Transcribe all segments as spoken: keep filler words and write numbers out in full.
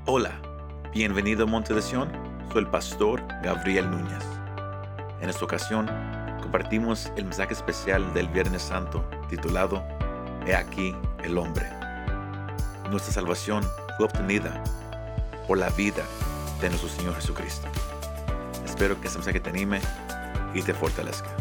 Hola, bienvenido a Monte de Sion. Soy el pastor Gabriel Núñez. En esta ocasión compartimos el mensaje especial del Viernes Santo titulado He aquí el hombre. Nuestra salvación fue obtenida por la vida de nuestro Señor Jesucristo. Espero que este mensaje te anime y te fortalezca.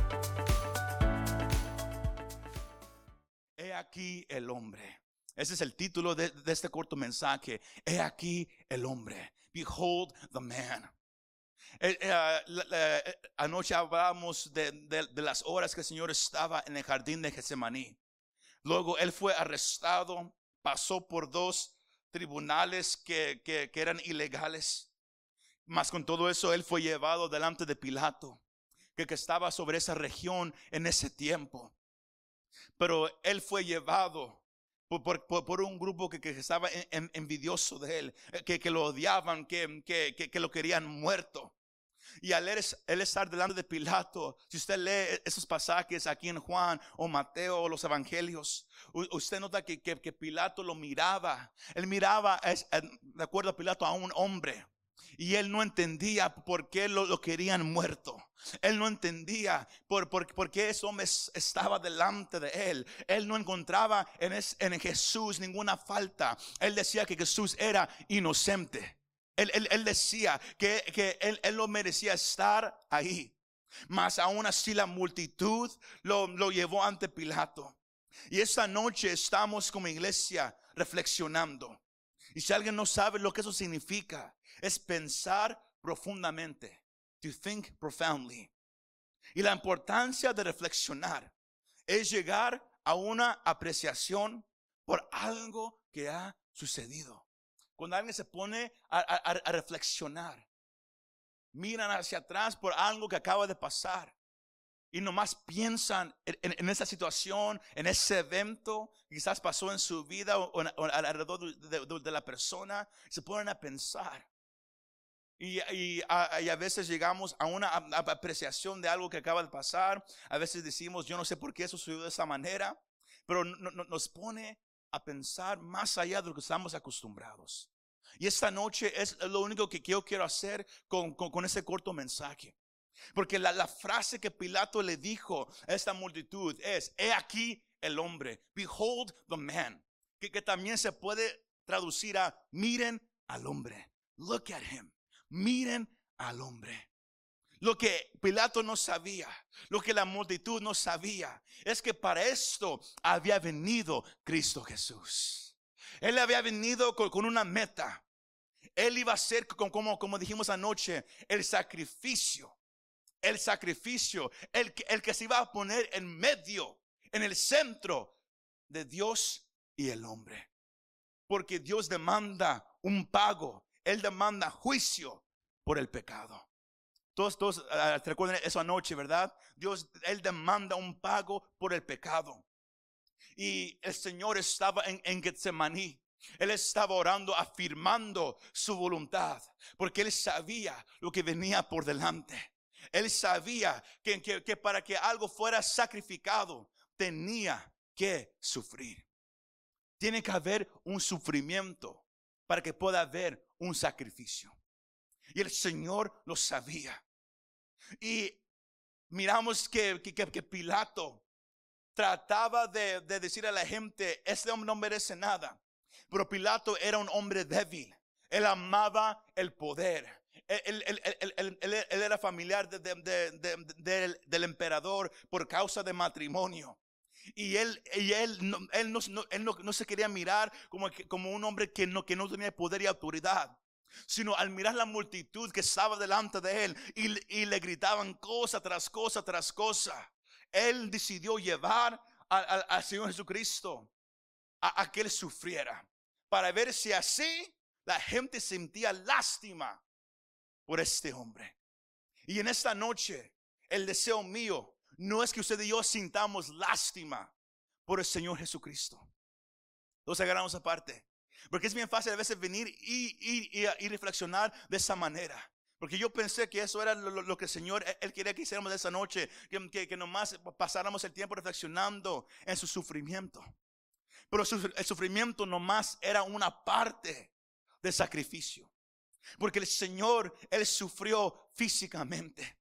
He aquí el hombre. Ese es el título de, de este corto mensaje. He aquí el hombre. Behold the man. Eh, eh, la, la, eh, anoche hablábamos de, de, de las horas que el Señor estaba en el jardín de Getsemaní. Luego Él fue arrestado, pasó por dos tribunales que, que, que eran ilegales. Mas con todo eso Él fue llevado delante de Pilato, que, que estaba sobre esa región en ese tiempo. Pero Él fue llevado Por, por, por un grupo que, que estaba en, en, envidioso de él, que, que lo odiaban, que, que, que, que lo querían muerto. Y al él, él estar delante de Pilato, si usted lee esos pasajes aquí en Juan o Mateo o los evangelios, usted nota que, que, que Pilato lo miraba. Él miraba, de acuerdo a Pilato, a un hombre. Y él no entendía por qué lo, lo querían muerto. Él no entendía por, por, por qué ese hombre estaba delante de él. Él no encontraba en, es, en Jesús ninguna falta. Él decía que Jesús era inocente. Él, él, él decía que, que él, él no merecía estar ahí. Mas aún así la multitud lo, lo llevó ante Pilato. Y esta noche estamos como iglesia reflexionando. Y si alguien no sabe lo que eso significa, es pensar profundamente. To think profoundly. Y la importancia de reflexionar es llegar a una apreciación por algo que ha sucedido. Cuando alguien se pone a, a, a reflexionar, miran hacia atrás por algo que acaba de pasar y nomás piensan en, en, en esa situación, en ese evento que quizás pasó en su vida o, o, o alrededor de, de, de la persona. Se ponen a pensar. Y, y, a, y a veces llegamos a una apreciación de algo que acaba de pasar. A veces decimos, yo no sé por qué eso sucedió de esa manera. Pero no, no, nos pone a pensar más allá de lo que estamos acostumbrados. Y esta noche es lo único que yo quiero hacer con, con, con ese corto mensaje. Porque la, la frase que Pilato le dijo a esta multitud es: he aquí el hombre. Behold the man. Que, que también se puede traducir a: miren al hombre. Look at him. Miren al hombre. Lo que Pilato no sabía, lo que la multitud no sabía, es que para esto había venido Cristo Jesús. Él había venido con, con una meta. Él iba a ser, como, como dijimos anoche, el sacrificio. El sacrificio, el, el que se iba a poner en medio, en el centro de Dios y el hombre. Porque Dios demanda un pago. Él demanda juicio por el pecado. Todos, todos uh, te recuerdan eso anoche, ¿verdad? Dios, Él demanda un pago por el pecado. Y el Señor estaba en, en Getsemaní. Él estaba orando, afirmando su voluntad, porque Él sabía lo que venía por delante. Él sabía que, que, que para que algo fuera sacrificado, tenía que sufrir. Tiene que haber un sufrimiento para que pueda haber un sacrificio. Y el Señor lo sabía. Y miramos que, que, que Pilato trataba de, de decir a la gente: este hombre no merece nada. Pero Pilato era un hombre débil. Él amaba el poder. Él, él, él, él, él, él era familiar de, de, de, de, de, del emperador por causa de matrimonio. Y él, y él, no, él, no, él no, no se quería mirar como, como un hombre que no, que no tenía poder y autoridad, sino al mirar la multitud que estaba delante de él y, y le gritaban cosa tras cosa tras cosa, él decidió llevar al Señor Jesucristo a, a que él sufriera, para ver si así la gente sentía lástima por este hombre. Y en esta noche el deseo mío no es que usted y yo sintamos lástima por el Señor Jesucristo. Los agarramos aparte, porque es bien fácil a veces venir y, y, y, y reflexionar de esa manera. Porque yo pensé que eso era lo, lo que el Señor, Él quería que hiciéramos esa noche, que, que, que nomás pasáramos el tiempo reflexionando en su sufrimiento. Pero su, el sufrimiento nomás era una parte de sacrificio. Porque el Señor, Él sufrió físicamente.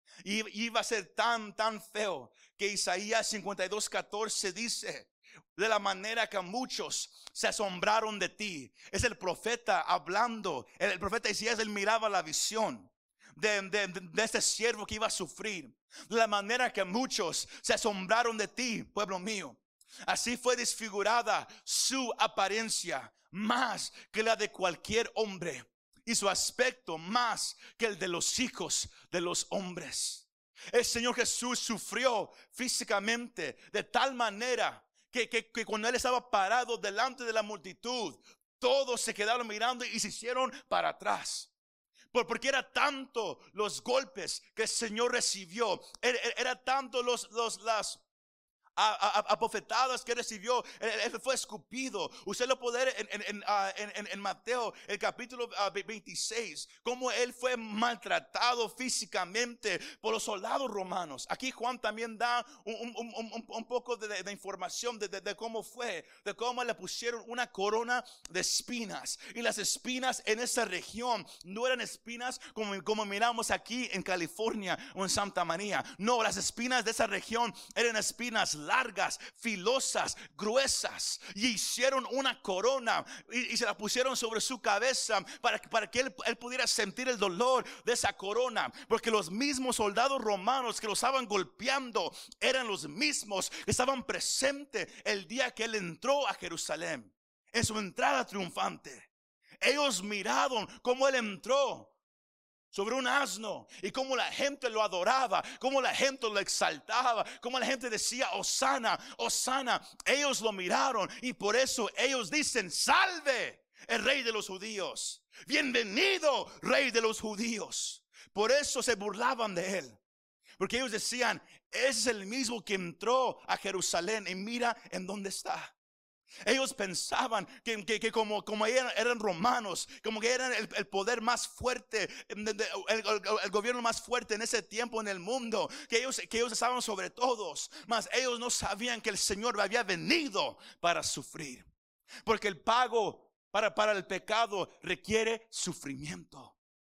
Y iba a ser tan, tan feo que Isaías cincuenta y dos, catorce dice: de la manera que muchos se asombraron de ti. Es el profeta hablando. El, el profeta Isaías, él miraba la visión de, de, de este siervo que iba a sufrir. De la manera que muchos se asombraron de ti, pueblo mío, así fue desfigurada su apariencia más que la de cualquier hombre, y su aspecto más que el de los hijos de los hombres. El Señor Jesús sufrió físicamente de tal manera que, que, que cuando Él estaba parado delante de la multitud, todos se quedaron mirando y se hicieron para atrás. Porque era tanto los golpes que el Señor recibió, era, era tanto los, los, las A, a, a bofetadas que recibió. Él, él fue escupido. Usted lo puede ver en, en, en, uh, en, en Mateo el capítulo uh, veintiséis, como él fue maltratado físicamente por los soldados romanos. Aquí Juan también da un, un, un, un, un poco de, de información de, de, de cómo fue, de cómo le pusieron una corona de espinas. Y las espinas en esa región no eran espinas como, como miramos aquí en California o en Santa María. No, las espinas de esa región eran espinas largas, filosas, gruesas, y hicieron una corona y, y se la pusieron sobre su cabeza para, para que él, él pudiera sentir el dolor de esa corona, porque los mismos soldados romanos que lo estaban golpeando eran los mismos que estaban presentes el día que él entró a Jerusalén en su entrada triunfante. Ellos miraron cómo él entró sobre un asno y cómo la gente lo adoraba, cómo la gente lo exaltaba, cómo la gente decía: Hosana, Hosana. Ellos lo miraron y por eso ellos dicen: salve el rey de los judíos, bienvenido rey de los judíos. Por eso se burlaban de él, porque ellos decían: ese es el mismo que entró a Jerusalén y mira en dónde está. Ellos pensaban que, que, que como, como eran, eran romanos, como que eran el, el poder más fuerte, el, el, el gobierno más fuerte en ese tiempo en el mundo, que ellos, que ellos estaban sobre todos. Mas ellos no sabían que el Señor había venido para sufrir, porque el pago para, para el pecado requiere sufrimiento,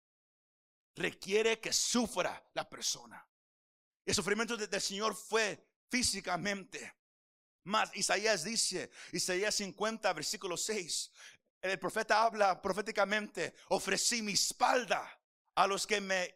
requiere que sufra la persona. El sufrimiento del Señor fue físicamente. Mas Isaías dice, Isaías cincuenta versículo seis, el profeta habla proféticamente: ofrecí mi espalda a los que me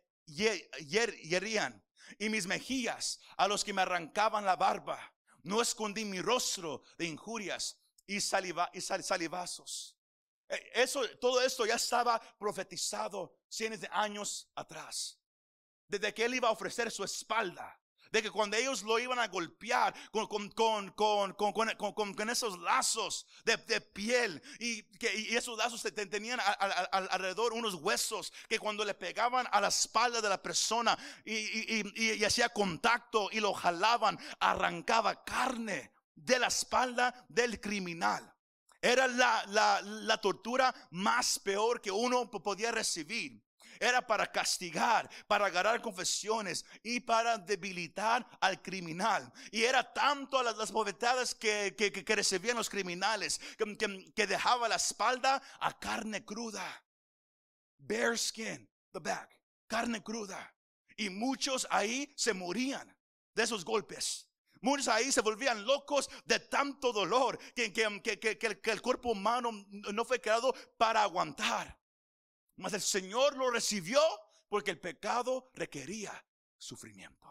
herían y mis mejillas a los que me arrancaban la barba. No escondí mi rostro de injurias y, saliva, y sal, salivazos. Eso, todo esto ya estaba profetizado cientos de años atrás, desde que él iba a ofrecer su espalda, de que cuando ellos lo iban a golpear con, con, con, con, con, con, con, con esos lazos de, de piel, y, que, y esos lazos tenían a, a, a, alrededor unos huesos que cuando le pegaban a la espalda de la persona y, y, y, y hacía contacto y lo jalaban, arrancaba carne de la espalda del criminal. Era la, la, la tortura más peor que uno podía recibir. Era para castigar, para agarrar confesiones y para debilitar al criminal. Y era tanto las, las bofetadas que, que, que recibían los criminales que, que, que dejaba la espalda a carne cruda. Bare skin, the back, carne cruda. Y muchos ahí se morían de esos golpes. Muchos ahí se volvían locos de tanto dolor que, que, que, que, que, el, que el cuerpo humano no fue creado para aguantar. Mas el Señor lo recibió porque el pecado requería sufrimiento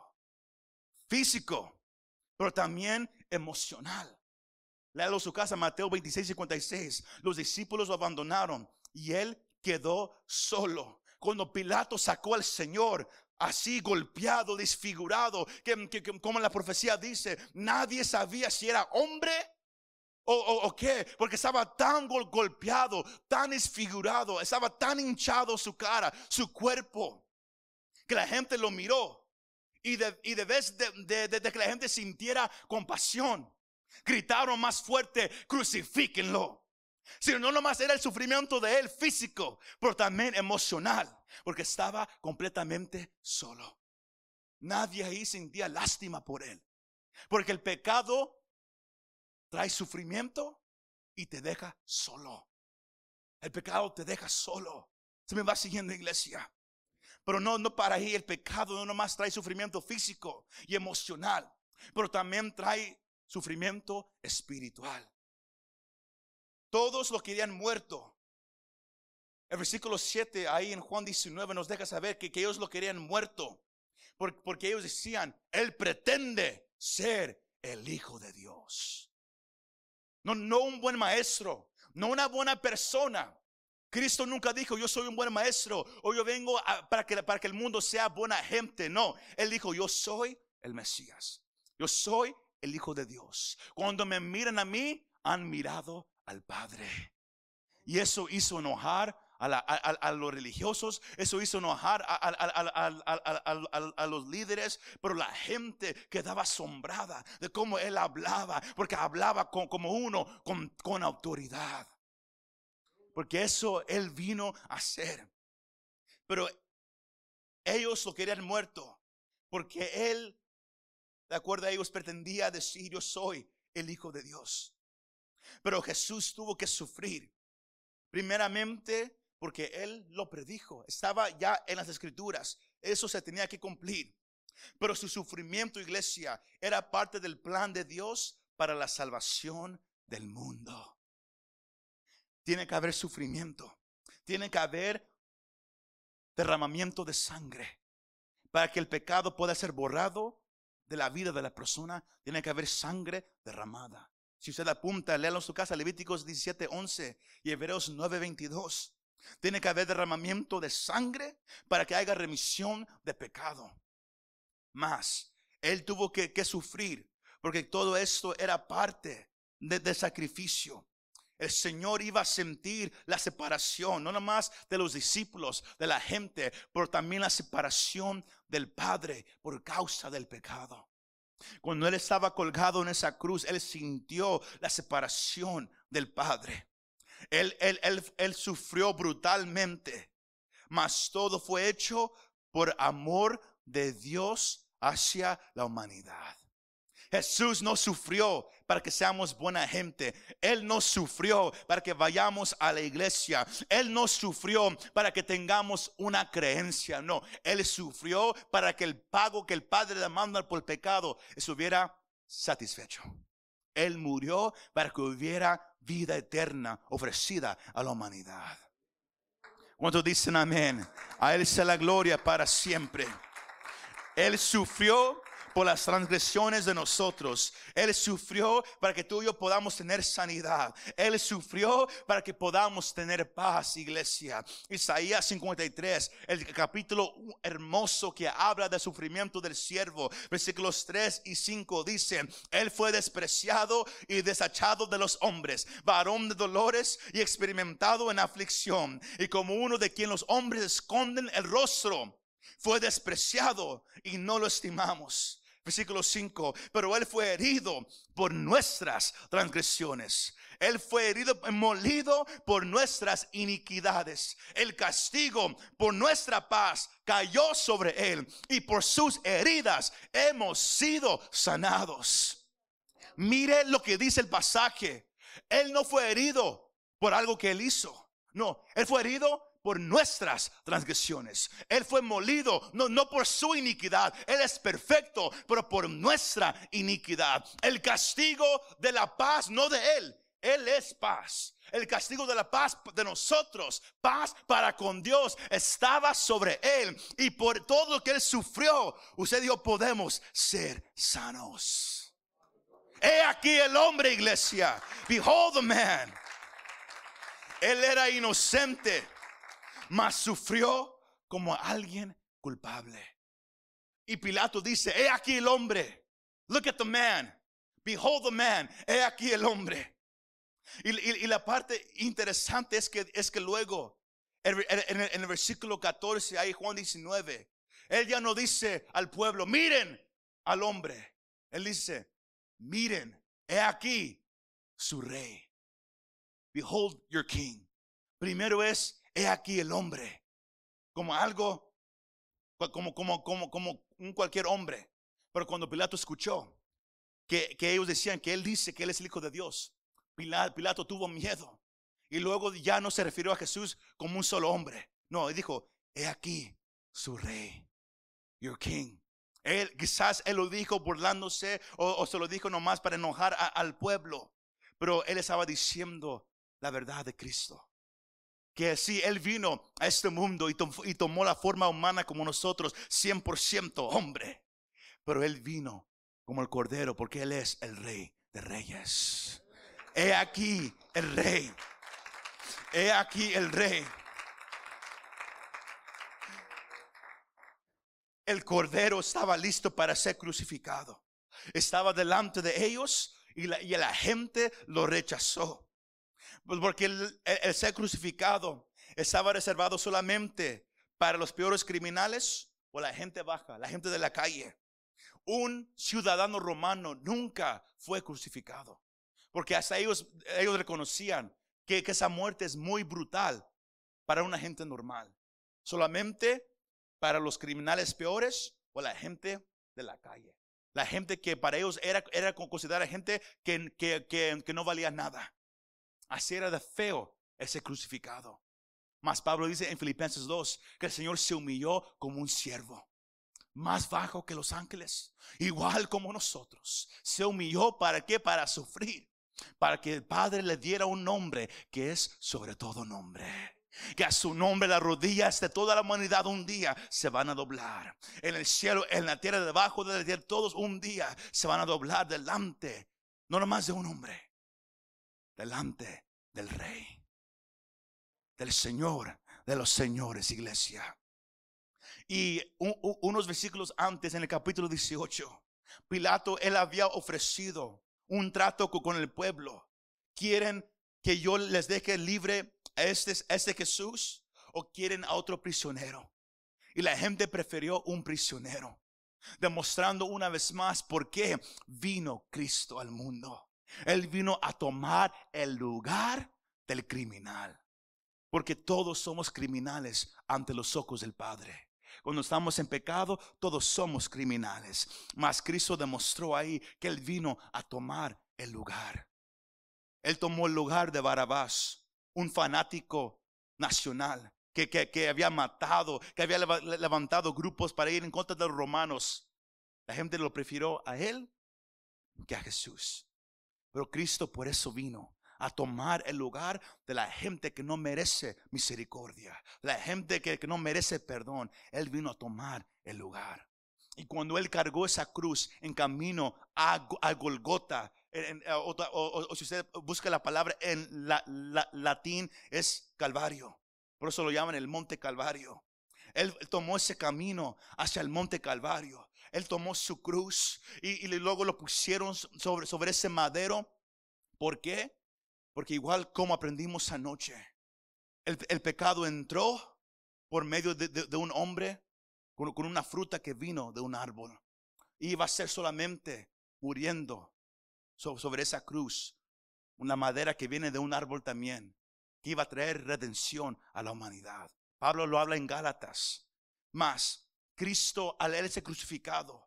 físico, pero también emocional. Léalo en su casa, Mateo veintiséis, cincuenta y seis. Los discípulos lo abandonaron y él quedó solo. Cuando Pilato sacó al Señor así golpeado, desfigurado, que, que, que como la profecía dice, nadie sabía si era hombre O, o, o qué, porque estaba tan gol, golpeado, tan desfigurado, estaba tan hinchado su cara, su cuerpo, que la gente lo miró. Y de, y de vez de, de, de, de que la gente sintiera compasión, gritaron más fuerte: crucifíquenlo. Sino no nomás era el sufrimiento de él físico, pero también emocional, porque estaba completamente solo. Nadie ahí sentía lástima por él, porque el pecado trae sufrimiento y te deja solo. El pecado te deja solo. Se me va siguiendo, iglesia. Pero no, no para ahí. El pecado no nomás trae sufrimiento físico y emocional, pero también trae sufrimiento espiritual. Todos lo querían muerto. El versículo siete ahí en Juan diecinueve nos deja saber que, que ellos lo querían muerto. Porque, porque ellos decían, Él pretende ser el Hijo de Dios. No, no un buen maestro, no una buena persona. Cristo nunca dijo, yo soy un buen maestro, o yo vengo a, para, que, para que el mundo sea buena gente. No, Él dijo, yo soy el Mesías. Yo soy el Hijo de Dios. Cuando me miran a mí, han mirado al Padre. Y eso hizo enojar a, la, a, a, a los religiosos. Eso hizo enojar a, a, a, a, a, a los líderes. Pero la gente quedaba asombrada de cómo Él hablaba, porque hablaba con, como uno con, con autoridad. Porque eso Él vino a hacer. Pero ellos lo querían muerto, porque Él, de acuerdo a ellos, pretendía decir, yo soy el Hijo de Dios. Pero Jesús tuvo que sufrir. Primeramente porque Él lo predijo. Estaba ya en las Escrituras. Eso se tenía que cumplir. Pero su sufrimiento, iglesia, era parte del plan de Dios para la salvación del mundo. Tiene que haber sufrimiento. Tiene que haber derramamiento de sangre. Para que el pecado pueda ser borrado de la vida de la persona, tiene que haber sangre derramada. Si usted apunta, léalo en su casa, Levíticos diecisiete once y Hebreos nueve veintidós. Tiene que haber derramamiento de sangre para que haya remisión de pecado. Más, Él tuvo que, que sufrir, porque todo esto era parte de, de sacrificio. El Señor iba a sentir la separación, no nomás de los discípulos, de la gente, pero también la separación del Padre por causa del pecado. Cuando Él estaba colgado en esa cruz, Él sintió la separación del Padre. Él, él, él, él sufrió brutalmente, mas todo fue hecho por amor de Dios hacia la humanidad. Jesús no sufrió para que seamos buena gente. Él no sufrió para que vayamos a la iglesia. Él no sufrió para que tengamos una creencia. No, Él sufrió para que el pago que el Padre demanda por el pecado estuviera satisfecho. Él murió para que hubiera vida eterna ofrecida a la humanidad. ¿Cuántos dicen amén? A Él sea la gloria para siempre. Él sufrió por las transgresiones de nosotros. Él sufrió para que tú y yo podamos tener sanidad. Él sufrió para que podamos tener paz, iglesia. Isaías cincuenta y tres, el capítulo hermoso que habla del sufrimiento del siervo, versículos tres y cinco dice: Él fue despreciado y desechado de los hombres, varón de dolores y experimentado en aflicción, y como uno de quien los hombres esconden el rostro, fue despreciado y no lo estimamos. Versículo cinco, pero Él fue herido por nuestras transgresiones. Él fue herido, molido por nuestras iniquidades. El castigo por nuestra paz cayó sobre Él, y por sus heridas hemos sido sanados. Mire lo que dice el pasaje. Él no fue herido por algo que Él hizo. No, Él fue herido por nuestras transgresiones. Él fue molido, no, no por su iniquidad. Él es perfecto, pero por nuestra iniquidad. El castigo de la paz, no de Él. Él es paz. El castigo de la paz de nosotros, paz para con Dios, estaba sobre Él. Y por todo lo que Él sufrió, usted y yo podemos ser sanos. He aquí el hombre, iglesia. Behold the man. Él era inocente, mas sufrió como alguien culpable. Y Pilato dice: he aquí el hombre. Look at the man. Behold the man. He aquí el hombre. Y, y, y la parte interesante es que, es que luego en el, en, el, en el versículo catorce, ahí Juan diecinueve, Él ya no dice al pueblo: miren al hombre. Él dice: miren, he aquí su rey. Behold your king. Primero es: he aquí el hombre, como algo, como, como, como, como un cualquier hombre. Pero cuando Pilato escuchó que, que ellos decían que Él dice que Él es el Hijo de Dios, Pilato, Pilato tuvo miedo. Y luego ya no se refirió a Jesús como un solo hombre. No, él dijo, he aquí su rey, your king. Él, quizás él lo dijo burlándose o, o se lo dijo nomás para enojar a, al pueblo. Pero él estaba diciendo la verdad de Cristo. Que sí, él vino a este mundo y, tom, y tomó la forma humana como nosotros, cien por ciento hombre. Pero él vino como el cordero porque él es el rey de reyes. He aquí el rey. He aquí el rey. El cordero estaba listo para ser crucificado. Estaba delante de ellos y la, y la gente lo rechazó. Porque el, el, el ser crucificado estaba reservado solamente para los peores criminales o la gente baja, la gente de la calle. Un ciudadano romano nunca fue crucificado. Porque hasta ellos, ellos reconocían Que, que esa muerte es muy brutal para una gente normal. Solamente para los criminales peores o la gente de la calle. La gente que para ellos era, era considerada gente que, que, que, que no valía nada. Así era de feo ese crucificado. Mas Pablo dice en Filipenses dos que el Señor se humilló como un siervo, más bajo que los ángeles, igual como nosotros. Se humilló para qué? Para sufrir. Para que el Padre le diera un nombre que es sobre todo nombre. Que a su nombre las rodillas de toda la humanidad un día se van a doblar. En el cielo, en la tierra, debajo de la tierra, todos un día se van a doblar delante, no nomás de un hombre, delante del Rey, del Señor de los señores, iglesia. Y un, un, unos versículos antes, en el capítulo dieciocho, Pilato, él había ofrecido un trato con el pueblo. ¿Quieren que yo les deje libre a este, a este Jesús o quieren a otro prisionero? Y la gente prefirió un prisionero, demostrando una vez más por qué vino Cristo al mundo. Él vino a tomar el lugar del criminal, porque todos somos criminales ante los ojos del Padre. Cuando estamos en pecado, todos somos criminales. Mas Cristo demostró ahí que Él vino a tomar el lugar. Él tomó el lugar de Barrabás, un fanático nacional que, que, que había matado, que había levantado grupos para ir en contra de los romanos. La gente lo prefirió a Él que a Jesús. Pero Cristo por eso vino a tomar el lugar de la gente que no merece misericordia, la gente que, que no merece perdón. Él vino a tomar el lugar. Y cuando Él cargó esa cruz en camino a, a Golgota, en, en, o, o, o si usted busca la palabra en la, la, latín, es Calvario. Por eso lo llaman el Monte Calvario. Él tomó ese camino hacia el Monte Calvario. Él tomó su cruz y, y luego lo pusieron sobre, sobre ese madero. ¿Por qué? Porque igual como aprendimos anoche, el, el pecado entró por medio de, de, de un hombre con, con una fruta que vino de un árbol. Y iba a ser solamente muriendo sobre, sobre esa cruz, una madera que viene de un árbol también, que iba a traer redención a la humanidad. Pablo lo habla en Gálatas. Mas Cristo, al él ser crucificado,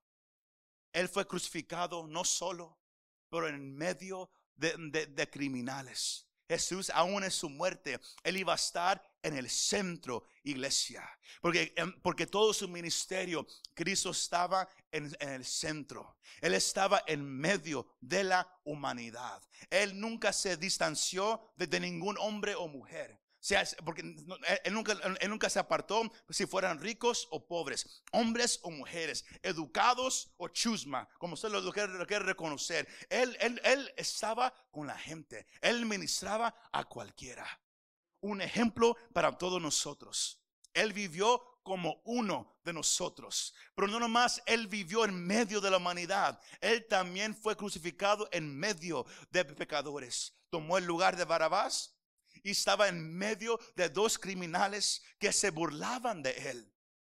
Él fue crucificado no solo, pero en medio de, de, de criminales. Jesús, aún en su muerte, Él iba a estar en el centro, iglesia. Porque, porque todo su ministerio, Cristo estaba en, en el centro. Él estaba en medio de la humanidad. Él nunca se distanció de, de ningún hombre o mujer. O sea, porque él nunca, él nunca se apartó si fueran ricos o pobres, hombres o mujeres, educados o chusma, como usted lo quiere, lo quiere reconocer. Él, él, él estaba con la gente. Él ministraba a cualquiera. Un ejemplo para todos nosotros. Él vivió como uno de nosotros. Pero no nomás Él vivió en medio de la humanidad. Él también fue crucificado en medio de pecadores. Tomó el lugar de Barrabás y estaba en medio de dos criminales que se burlaban de Él.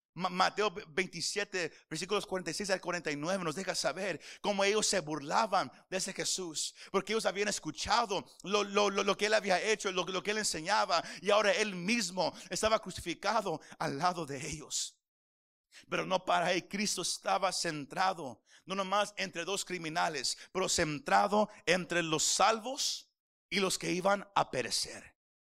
Mateo veintisiete, versículos cuarenta y seis al cuarenta y nueve nos deja saber cómo ellos se burlaban de ese Jesús, porque ellos habían escuchado lo, lo, lo, lo que Él había hecho, lo, lo que Él enseñaba, y ahora Él mismo estaba crucificado al lado de ellos. Pero no para ahí. Cristo estaba centrado no nomás entre dos criminales, pero centrado entre los salvos y los que iban a perecer.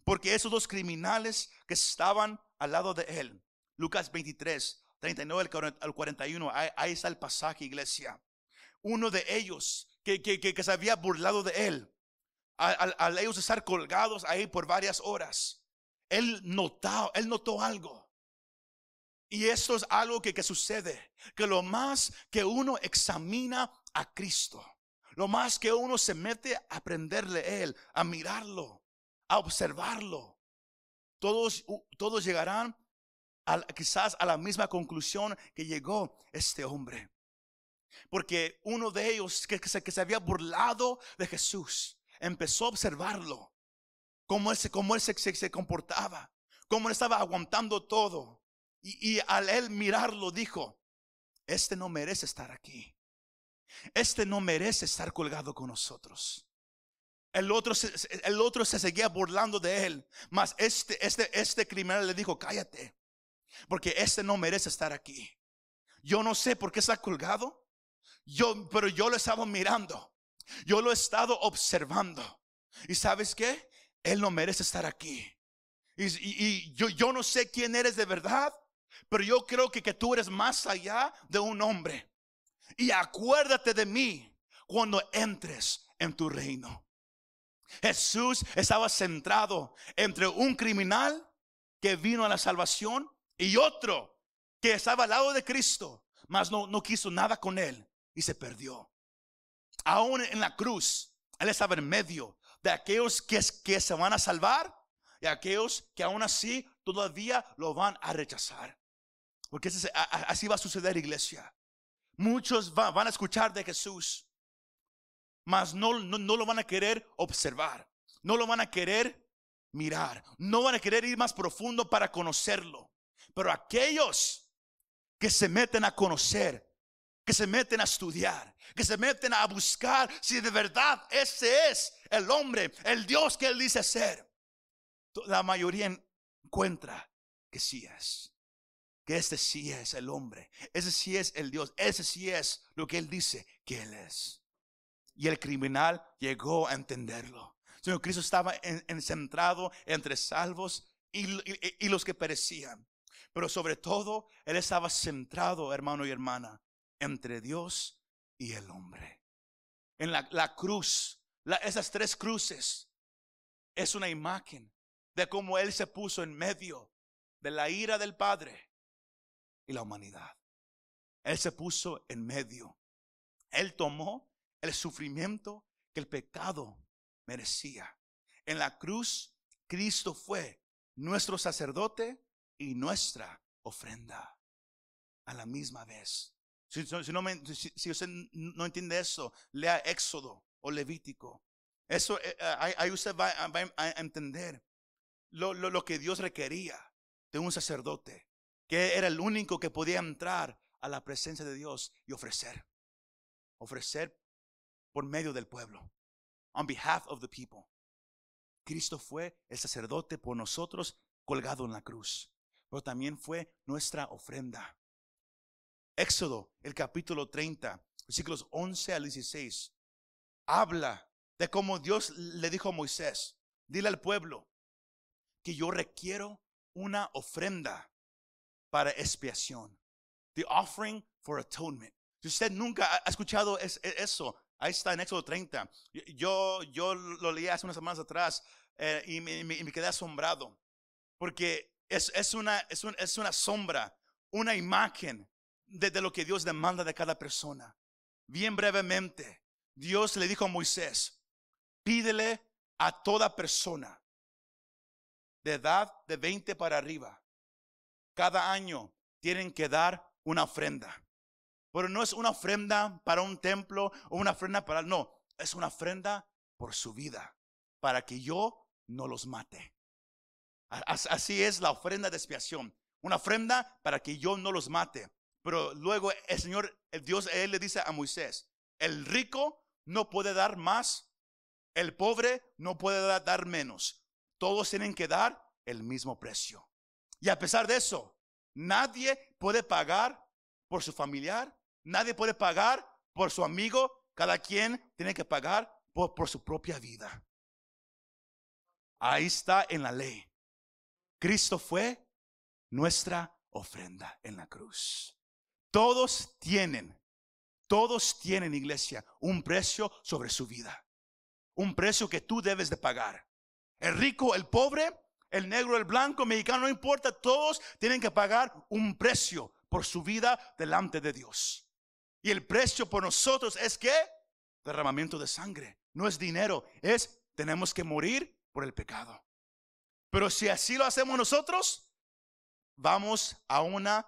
porque esos dos criminales que estaban al lado de él, Lucas veintitrés, treinta y nueve al cuarenta y uno, ahí, ahí está el pasaje, iglesia. Uno de ellos que, que, que, que se había burlado de él, al, al ellos estar colgados ahí por varias horas, él notó, él notó algo. Y esto es algo que, que sucede, que lo más que uno examina a Cristo, lo más que uno se mete a aprenderle a él, a mirarlo, a observarlo, todos, todos llegarán a, quizás a la misma conclusión que llegó este hombre. Porque uno de ellos que, que, se, que se había burlado de Jesús empezó a observarlo, cómo él se, cómo él se, se, se comportaba, cómo él estaba aguantando todo. Y, y al él mirarlo dijo: este no merece estar aquí, este no merece estar colgado con nosotros. El otro, se, el otro se seguía burlando de él, mas este, este, este criminal le dijo: cállate, porque este no merece estar aquí. Yo no sé por qué está colgado, yo, pero yo lo estaba mirando, yo lo he estado observando. ¿Y sabes qué? Él no merece estar aquí. Y, y, y yo, yo no sé quién eres de verdad, pero yo creo que, que tú eres más allá de un hombre. Y acuérdate de mí cuando entres en tu reino. Jesús estaba centrado entre un criminal que vino a la salvación y otro que estaba al lado de Cristo, mas no, no quiso nada con él y se perdió. Aún en la cruz, él estaba en medio de aquellos que, que se van a salvar y aquellos que aún así todavía lo van a rechazar. Porque así va a suceder, iglesia. Muchos va, van a escuchar de Jesús, mas no, no, no lo van a querer observar, no lo van a querer mirar, no van a querer ir más profundo para conocerlo. Pero aquellos que se meten a conocer, que se meten a estudiar, que se meten a buscar si de verdad ese es el hombre, el Dios que él dice ser, la mayoría encuentra que sí es, que este sí es el hombre, ese sí es el Dios, ese sí es lo que él dice que él es. Y el criminal llegó a entenderlo. Señor Cristo estaba en, en centrado entre salvos y, y, y los que perecían. Pero sobre todo, él estaba centrado, hermano y hermana, entre Dios y el hombre. En la, la cruz, la, esas tres cruces, es una imagen de cómo él se puso en medio de la ira del Padre y la humanidad. Él se puso en medio. Él tomó el sufrimiento que el pecado merecía. En la cruz, Cristo fue nuestro sacerdote y nuestra ofrenda a la misma vez. Si, si, no me, si, si usted no entiende eso, lea Éxodo o Levítico. Eso eh, ahí usted va, va a entender lo, lo, lo que Dios requería de un sacerdote, que era el único que podía entrar a la presencia de Dios y ofrecer, ofrecer por medio del pueblo, on behalf of the people. Cristo fue el sacerdote por nosotros colgado en la cruz, pero también fue nuestra ofrenda. Éxodo, el capítulo treinta, versículos once al dieciséis, habla de cómo Dios le dijo a Moisés: dile al pueblo que yo requiero una ofrenda para expiación. The offering for atonement. Si usted nunca ha escuchado eso, ahí está en Éxodo treinta. Yo, yo lo leí hace unas semanas atrás eh, y, me, y me quedé asombrado. Porque es, es, una, es, un, es una sombra, una imagen de, de lo que Dios demanda de cada persona. Bien brevemente, Dios le dijo a Moisés: pídele a toda persona de edad de veinte para arriba, cada año tienen que dar una ofrenda. Pero no es una ofrenda para un templo o una ofrenda para, no, es una ofrenda por su vida, para que yo no los mate. Así es la ofrenda de expiación, una ofrenda para que yo no los mate. Pero luego el Señor, el Dios, Él le dice a Moisés: el rico no puede dar más, el pobre no puede dar menos. Todos tienen que dar el mismo precio. Y a pesar de eso, nadie puede pagar por su familiar, nadie puede pagar por su amigo. Cada quien tiene que pagar por, por su propia vida. Ahí está en la ley. Cristo fue nuestra ofrenda en la cruz. Todos tienen, todos tienen, iglesia, un precio sobre su vida. Un precio que tú debes de pagar. El rico, el pobre, el negro, el blanco, el mexicano, no importa. Todos tienen que pagar un precio por su vida delante de Dios. Y el precio por nosotros es ¿qué? Derramamiento de sangre. No es dinero, es tenemos que morir por el pecado. Pero si así lo hacemos nosotros, vamos a una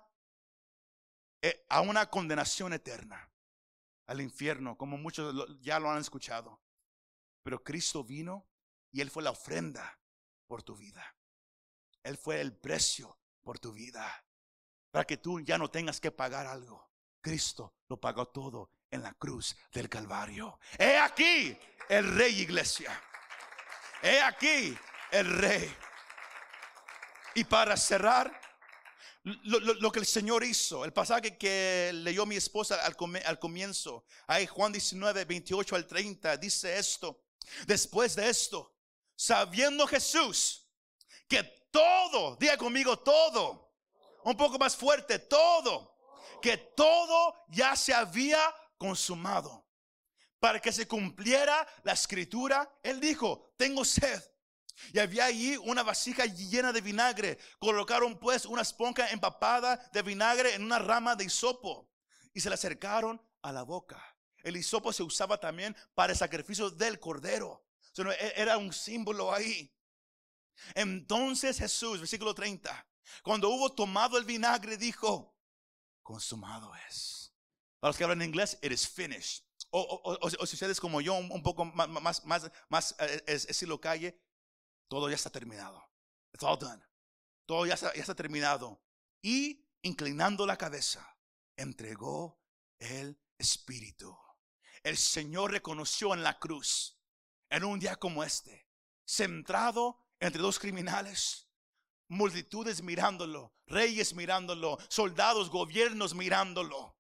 eh, a una condenación eterna, al infierno, como muchos lo, ya lo han escuchado. Pero Cristo vino y Él fue la ofrenda por tu vida. Él fue el precio por tu vida, para que tú ya no tengas que pagar algo. Cristo lo pagó todo en la cruz del Calvario. He aquí el Rey, iglesia. He aquí el Rey. Y para cerrar, lo, lo, lo que el Señor hizo, el pasaje que leyó mi esposa al, come, al comienzo, ahí Juan diecinueve, veintiocho al treinta, dice esto: después de esto, sabiendo Jesús que todo, diga conmigo todo, un poco más fuerte, todo, que todo ya se había consumado, para que se cumpliera la escritura, Él dijo: tengo sed. Y había allí una vasija llena de vinagre. Colocaron pues una esponja empapada de vinagre en una rama de hisopo y se la acercaron a la boca. El hisopo se usaba también para el sacrificio del cordero. O sea, era un símbolo ahí. Entonces Jesús, versículo treinta, cuando hubo tomado el vinagre, dijo: consumado es. Para los que hablan inglés, it is finished. O, o, o, o si ustedes como yo, un, un poco más, más, más, más eh, estilo calle, todo ya está terminado. It's all done. Todo ya está, ya está terminado. Y inclinando la cabeza, entregó el Espíritu. El Señor reconoció en la cruz, en un día como este, centrado entre dos criminales, multitudes mirándolo, reyes mirándolo, soldados, gobiernos mirándolo,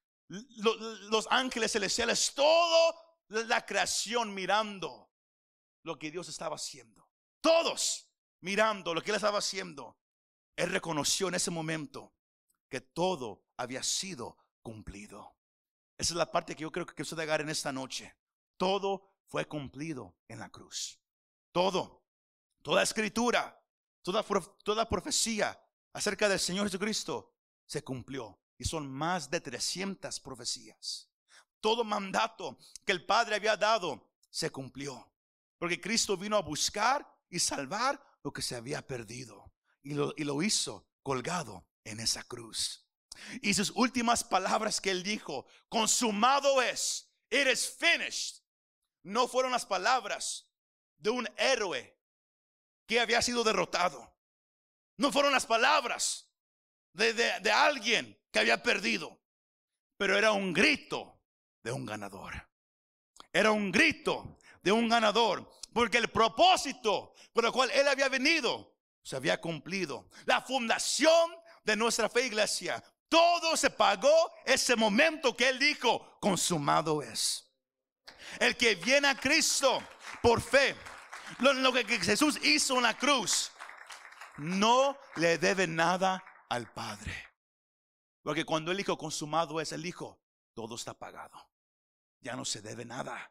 los ángeles celestiales, toda la creación mirando lo que Dios estaba haciendo. Todos mirando lo que Él estaba haciendo. Él reconoció en ese momento que todo había sido cumplido. Esa es la parte que yo creo que usted debe agarrar en esta noche. Todo fue cumplido en la cruz. Todo, toda escritura, toda, toda profecía acerca del Señor Jesucristo se cumplió. Y son más de trescientas profecías. Todo mandato que el Padre había dado se cumplió. Porque Cristo vino a buscar y salvar lo que se había perdido. Y lo, y lo hizo colgado en esa cruz. Y sus últimas palabras que Él dijo: consumado es, it is finished, no fueron las palabras de un héroe que había sido derrotado. No fueron las palabras de, de, de alguien que había perdido. Pero era un grito de un ganador. Era un grito de un ganador, porque el propósito por el cual Él había venido se había cumplido. La fundación de nuestra fe, iglesia, todo se pagó ese momento que Él dijo: consumado es. El que viene a Cristo por fe, lo, lo que Jesús hizo en la cruz, no le debe nada al Padre. Porque cuando Él dijo consumado es, Él dijo: todo está pagado, ya no se debe nada.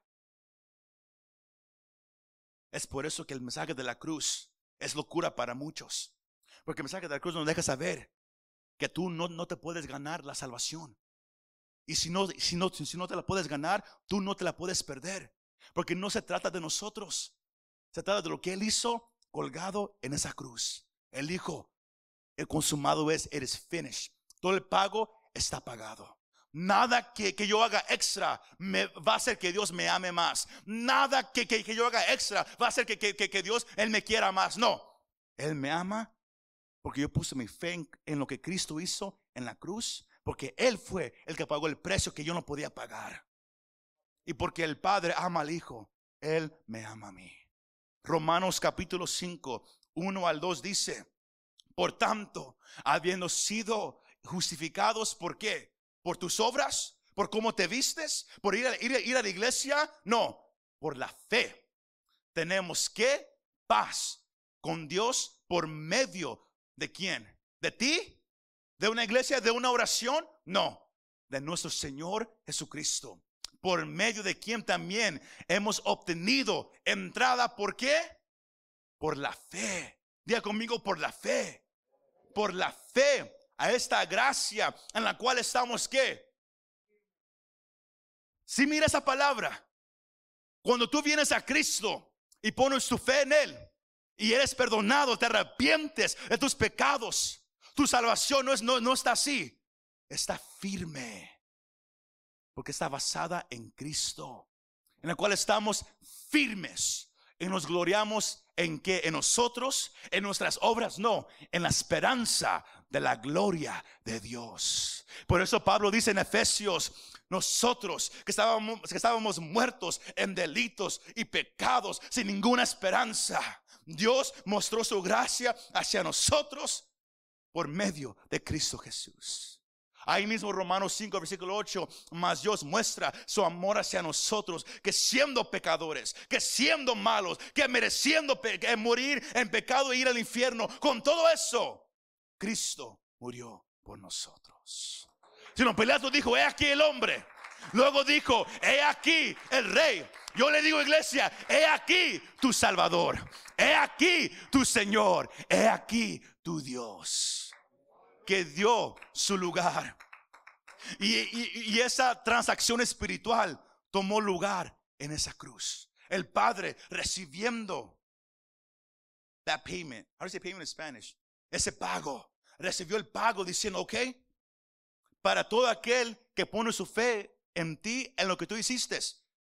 Es por eso que el mensaje de la cruz es locura para muchos. Porque el mensaje de la cruz nos deja saber que tú no, no te puedes ganar la salvación. Y si no, si, no, si no te la puedes ganar, tú no te la puedes perder. Porque no se trata de nosotros. Se trata de lo que Él hizo colgado en esa cruz. Él dijo: el consumado es, it is finished. Todo el pago está pagado. Nada que, que yo haga extra me, va a hacer que Dios me ame más. Nada que, que, que yo haga extra va a hacer que, que, que Dios, Él me quiera más. No, Él me ama porque yo puse mi fe en, en lo que Cristo hizo en la cruz. Porque Él fue el que pagó el precio que yo no podía pagar. Y porque el Padre ama al Hijo, Él me ama a mí. Romanos capítulo cinco, uno al dos dice: por tanto, habiendo sido justificados, ¿por qué? ¿Por tus obras? ¿Por cómo te vistes? ¿Por ir a, ir, ir a la iglesia? No, por la fe. Tenemos que paz con Dios por medio de quién? ¿De ti? ¿De una iglesia? ¿De una oración? No, de nuestro Señor Jesucristo, por medio de quien también hemos obtenido entrada. ¿Por qué? Por la fe. Diga conmigo, por la fe. Por la fe a esta gracia en la cual estamos, ¿qué? Si mira esa palabra, cuando tú vienes a Cristo y pones tu fe en Él y eres perdonado, te arrepientes de tus pecados, tu salvación no, es, no, no está así, está firme, porque está basada en Cristo, en la cual estamos firmes y nos gloriamos en que en nosotros, en nuestras obras, no, en la esperanza de la gloria de Dios. Por eso Pablo dice en Efesios: nosotros que estábamos, que estábamos muertos en delitos y pecados, sin ninguna esperanza, Dios mostró su gracia hacia nosotros por medio de Cristo Jesús. Ahí mismo Romanos cinco versículo ocho: mas Dios muestra su amor hacia nosotros, que siendo pecadores, que siendo malos, que mereciendo pe- que morir en pecado e ir al infierno, con todo eso Cristo murió por nosotros. Sino Pilato dijo: he aquí el hombre. Luego dijo: he aquí el rey. Yo le digo, iglesia, he aquí tu Salvador, he aquí tu Señor, he aquí tu Dios, que dio su lugar. Y, y, y esa transacción espiritual tomó lugar en esa cruz. El Padre recibiendo that payment. How do you say payment in Spanish? Ese pago. Recibió el pago diciendo: ok, para todo aquel que pone su fe en ti, en lo que tú hiciste,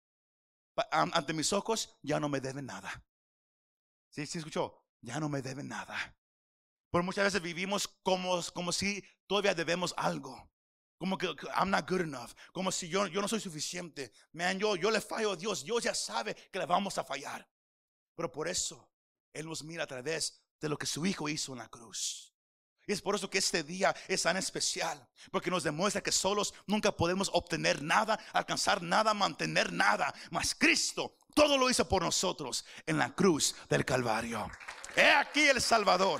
ante mis ojos ya no me deben nada. ¿Sí, sí escuchó? Ya no me deben nada. Por muchas veces vivimos como, como si todavía debemos algo. Como que I'm not good enough. Como si yo, yo no soy suficiente. Man, yo, yo le fallo a Dios. Dios ya sabe que le vamos a fallar. Pero por eso Él nos mira a través de lo que su Hijo hizo en la cruz. Y es por eso que este día es tan especial, porque nos demuestra que solos nunca podemos obtener nada, alcanzar nada, mantener nada. Mas Cristo todo lo hizo por nosotros en la cruz del Calvario. He aquí el Salvador.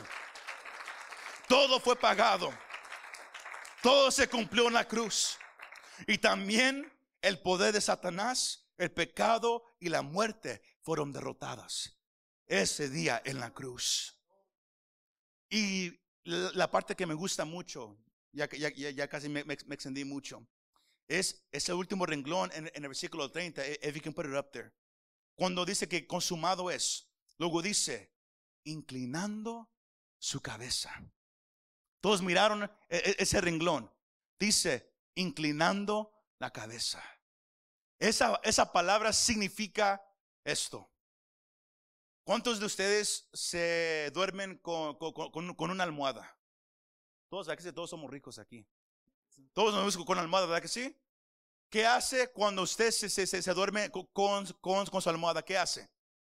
Todo fue pagado. Todo se cumplió en la cruz. Y también el poder de Satanás, el pecado y la muerte fueron derrotadas ese día en la cruz. Y la parte que me gusta mucho, ya, ya, ya, ya casi me, me, me extendí mucho, es ese último renglón en, en el versículo treinta. If you can put it up there. Cuando dice que consumado es, luego dice inclinando su cabeza. Todos miraron ese renglón. Dice inclinando la cabeza. Esa, esa palabra significa esto. ¿Cuántos de ustedes se duermen con, con, con, con una almohada? Todos, aquí todos somos ricos aquí. Todos nos vemos con almohada, ¿verdad que sí? ¿Qué hace cuando usted se, se, se, se duerme con, con, con su almohada? ¿Qué hace?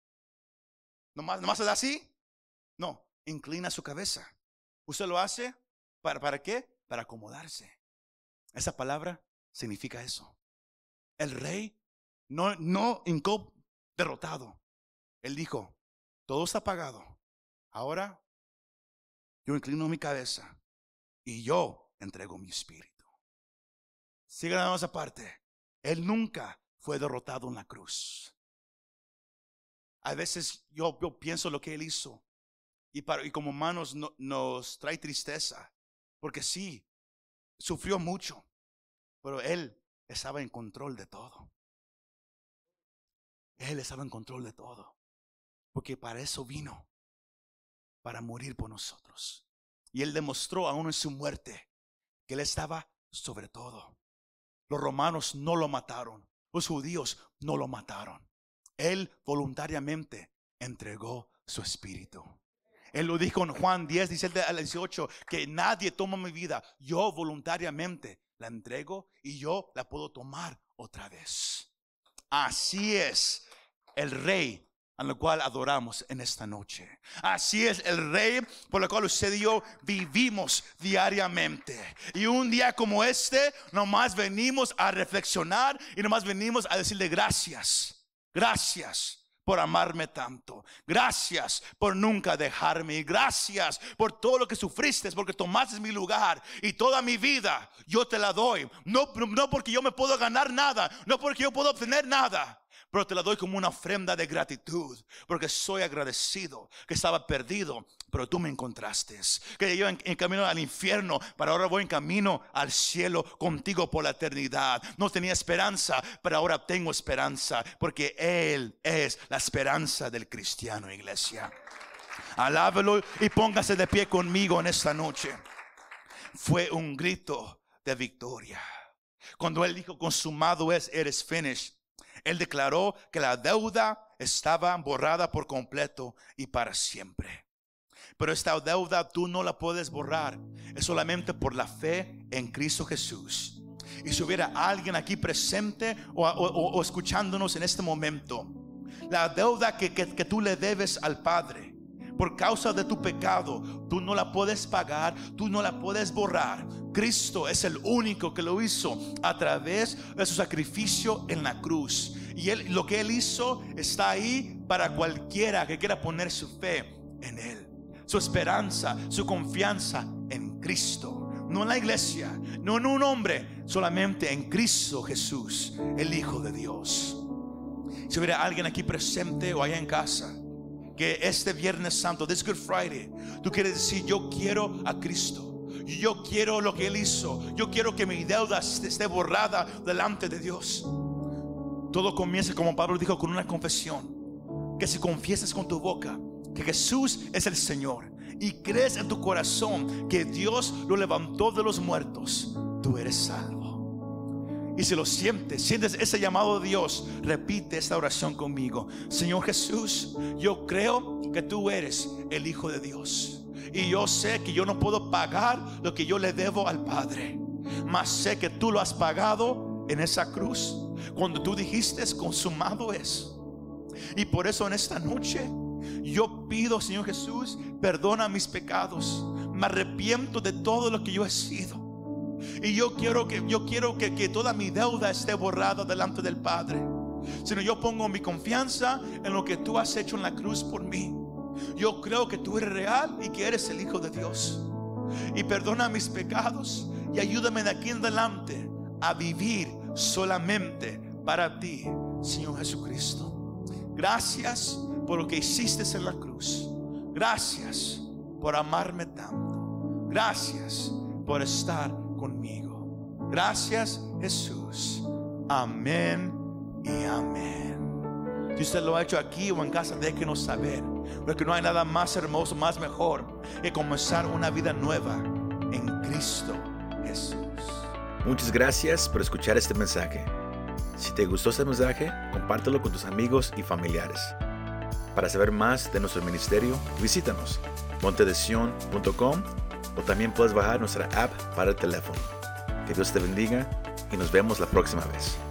¿Nomás, nomás se da así? No, inclina su cabeza. ¿Usted lo hace? ¿Para, para qué? Para acomodarse. Esa palabra significa eso. El rey no, no hincó derrotado. Él dijo: todo está pagado. Ahora yo inclino mi cabeza y yo entrego mi espíritu. Sigan esa parte. Él nunca fue derrotado en la cruz. A veces yo, yo pienso lo que Él hizo y, para, y como humanos no, nos trae tristeza, porque sí, sufrió mucho, pero Él estaba en control de todo. Él estaba en control de todo, porque para eso vino, para morir por nosotros. Y Él demostró aún en su muerte que Él estaba sobre todo. Los romanos no lo mataron, los judíos no lo mataron. Él voluntariamente entregó su espíritu. Él lo dijo en Juan diez, diecisiete al dieciocho, que nadie toma mi vida, yo voluntariamente la entrego y yo la puedo tomar otra vez. Así es el Rey al cual adoramos en esta noche. Así es el Rey por el cual usted y yo vivimos diariamente. Y un día como este, nomás venimos a reflexionar y nomás venimos a decirle gracias. Gracias por amarme tanto. Gracias por nunca dejarme. Y gracias por todo lo que sufriste, porque tomaste mi lugar. Y toda mi vida yo te la doy. No, no porque yo me puedo ganar nada, no porque yo puedo obtener nada, pero te la doy como una ofrenda de gratitud, porque soy agradecido que estaba perdido, pero tú me encontraste. Que yo en, en camino al infierno, pero ahora voy en camino al cielo contigo por la eternidad. No tenía esperanza, pero ahora tengo esperanza, porque Él es la esperanza del cristiano, iglesia. Alábelo y póngase de pie conmigo en esta noche. Fue un grito de victoria. Cuando Él dijo consumado es, it is finished, Él declaró que la deuda estaba borrada por completo y para siempre. Pero esta deuda tú no la puedes borrar, es solamente por la fe en Cristo Jesús. Y si hubiera alguien aquí presente o, o, o escuchándonos en este momento, la deuda que, que, que tú le debes al Padre por causa de tu pecado, tú no la puedes pagar, tú no la puedes borrar. Cristo es el único que lo hizo a través de su sacrificio en la cruz. Y él, lo que Él hizo está ahí para cualquiera que quiera poner su fe en Él. Su esperanza, su confianza en Cristo. No en la iglesia, no en un hombre, solamente en Cristo Jesús, el Hijo de Dios. Si hubiera alguien aquí presente o allá en casa, que este Viernes Santo, this Good Friday, tú quieres decir: yo quiero a Cristo, yo quiero lo que Él hizo, yo quiero que mi deuda esté borrada delante de Dios. Todo comienza, como Pablo dijo, con una confesión. Que si confiesas con tu boca que Jesús es el Señor y crees en tu corazón que Dios lo levantó de los muertos, tú eres salvo. Y si lo sientes, sientes ese llamado de Dios, repite esta oración conmigo: Señor Jesús, yo creo que tú eres el Hijo de Dios, y yo sé que yo no puedo pagar lo que yo le debo al Padre, mas sé que tú lo has pagado en esa cruz cuando tú dijiste consumado es. Y por eso en esta noche yo pido, Señor Jesús, perdona mis pecados. Me arrepiento de todo lo que yo he sido. Y yo quiero que, yo quiero que, que toda mi deuda esté borrada delante del Padre. Sino yo pongo mi confianza en lo que tú has hecho en la cruz por mí. Yo creo que tú eres real y que eres el Hijo de Dios. Y perdona mis pecados y ayúdame de aquí en adelante a vivir solamente para ti, Señor Jesucristo. Gracias por lo que hiciste en la cruz. Gracias por amarme tanto. Gracias por estar conmigo. Gracias, Jesús. Amén y amén. Si usted lo ha hecho aquí o en casa, déjenos saber, porque no hay nada más hermoso, más mejor que comenzar una vida nueva en Cristo Jesús. Muchas gracias por escuchar este mensaje. Si te gustó este mensaje, compártelo con tus amigos y familiares. Para saber más de nuestro ministerio, visítanos montedesion punto com o también puedes bajar nuestra app para el teléfono. Que Dios te bendiga y nos vemos la próxima vez.